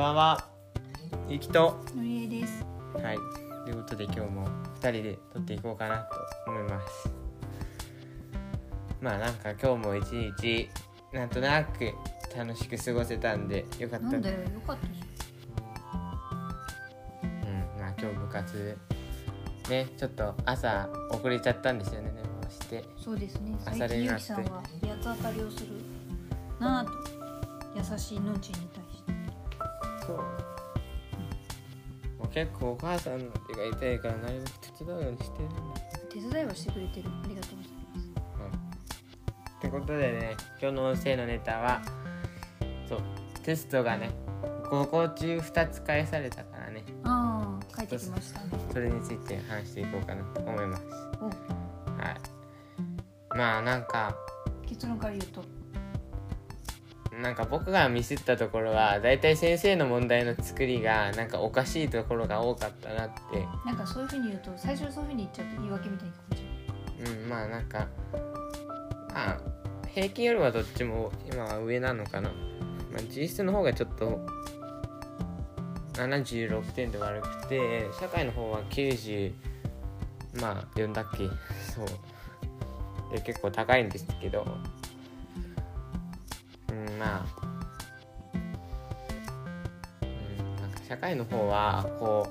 ばんは、ゆきとのりえです。 はい、ということで今日も2人で撮っていこうかなと思います。まあなんか今日も一日なんとなく楽しく過ごせたんでよかった。 なんだよ、よかったじまあ今日部活ね、ちょっと朝遅れちゃったんですよね、寝坊して。 そうですね、最朝練があって近ゆきさんは八つ当たりをするなぁと、優しいのんちに対してそう、もう結構お母さんの手が痛いからなるべく手伝うようにしてるんだ。 手伝いはしてくれてる。ありがとうございます。 ってことでね、今日の音声のネタはテストがね5個中2つ返されたからね、 ああ、帰ってきましたね。 それについて話していこうかなと思います。 お、 はい。まあなんか結論から言うと僕がミスったところはだいたい先生の問題の作りがなんかおかしいところが多かったなって。 なんかそういう風に言うと、最初そういう風に言っちゃうと言い訳みたいに聞こえちゃう。 まあなんか平均よりはどっちも今は上なのかな。実質の方がちょっと76点で悪くて、社会の方は94だっけ。そうで結構高いんですけど、なんか社会の方はこ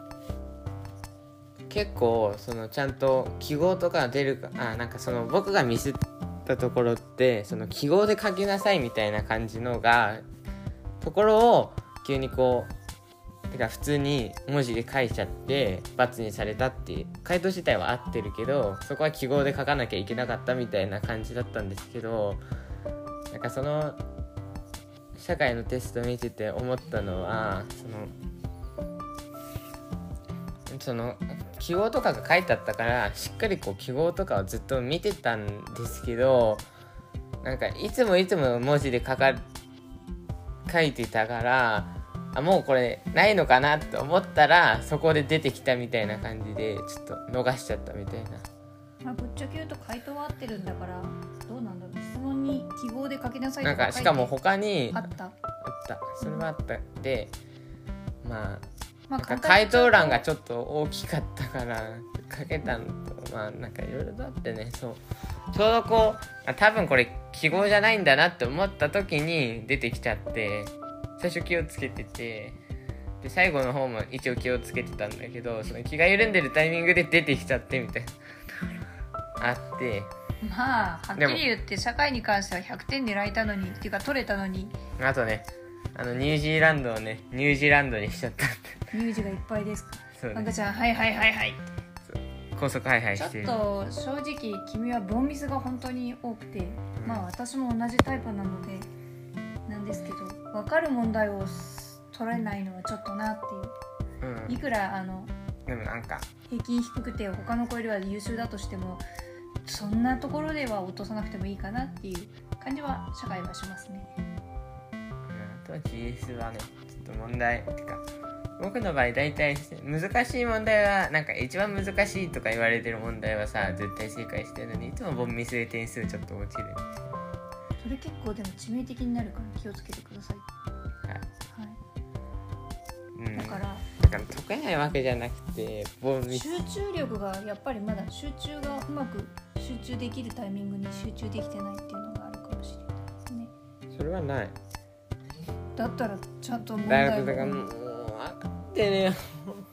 う結構ちゃんと記号とか出るか、僕がミスったところって記号で書きなさいみたいな感じのところを急に普通に文字で書いちゃって罰にされたっていう回答自体は合ってるけど、そこは記号で書かなきゃいけなかったみたいな感じだったんですけど、社会のテスト見てて思ったのは記号とかが書いてあったからしっかり記号とかをずっと見てたんですけど、いつも文字で書いてたからもうこれないのかなと思ったらそこで出てきたみたいな感じでちょっと逃しちゃったみたいな。 ぶっちゃけ言うと回答は合ってるんだから、どうなんだろう。質問に記号で書きなさいとか書いてしかも他にあった。 それはあったで、回答欄がちょっと大きかったから書けたのといろいろとあってね、ちょうど多分これ記号じゃないんだなって思った時に出てきちゃって、最初気をつけてて、で最後の方も一応気をつけてたんだけど、その気が緩んでるタイミングで出てきちゃってみたいなあって、 はっきり言って社会に関しては100点狙えたのにっていうか取れたのに、 あとねニュージーランドをねニュージーランドにしちゃったって。 ニュージがいっぱいですか。 そうね、 赤ちゃんはいって高速ハイハイしてる。 ちょっと正直君はボンミスが本当に多くて、私も同じタイプなのでなんですけど、分かる問題を取れないのはちょっとなっていう、いくらでも平均低くて他の子よりは優秀だとしても、そんなところでは落とさなくてもいいかなっていう感じは社会はしますね。 あとは GS はねちょっと問題ってか、僕の場合大体難しい問題は一番難しいとか言われてる問題は絶対正解してるのに、いつもボンミスで点数ちょっと落ちるんですよ。 それ結構でも致命的になるから気をつけてください。だから解けないわけじゃなくて、ボンミス集中力がやっぱりまだ集中がうまく集中できるタイミングに集中できてないっていうのがあるかもしれないですね。 それはない。 だったらちゃんと問題をだからもう分かってねよ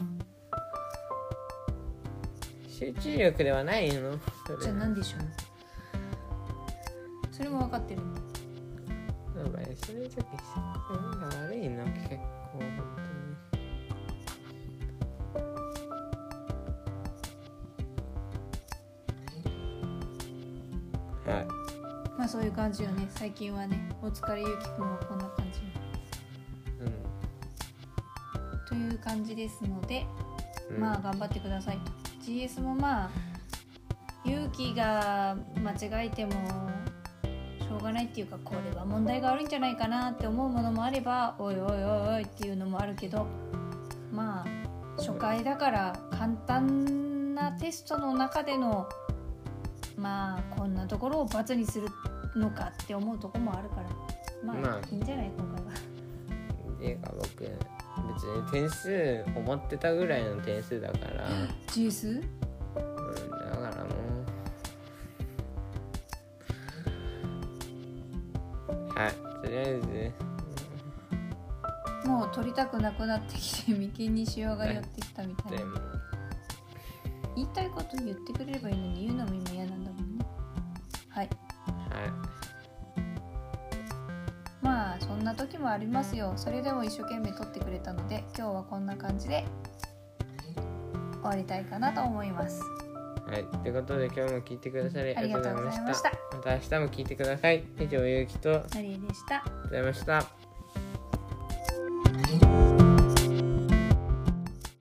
集中力ではないの。 じゃあ何でしょう。それも分かってるんだ。 それだけ運が悪いの結構本当に。 そういう感じよね。最近はね、お疲れゆきくんはこんな感じ、という感じですので、頑張ってくださいと。 GS もゆきが間違えてもしょうがないっていうか、これは問題が悪いんじゃないかなって思うものもあれば、おいっていうのもあるけど、初回だから簡単なテストの中でのこんなところを罰にするのかって思うところもあるから、いいんじゃない今回は。 っていうか僕別に点数思ってたぐらいの点数だから GS？ だからもうはいとりあえずもう取りたくなくなってきて眉間にシワが寄ってきたみたいな。言いたいこと言ってくれればいいのに言うのも今嫌なんだもんね。はい。まあそんな時もありますよ。それでも一生懸命撮ってくれたので今日はこんな感じで終わりたいかなと思います。 はい、ということで今日も聞いてくださりありがとうございました。 ありがとうございました。 また明日も聞いてください。以上、ゆうきとマリエでした。 ありがとうございました。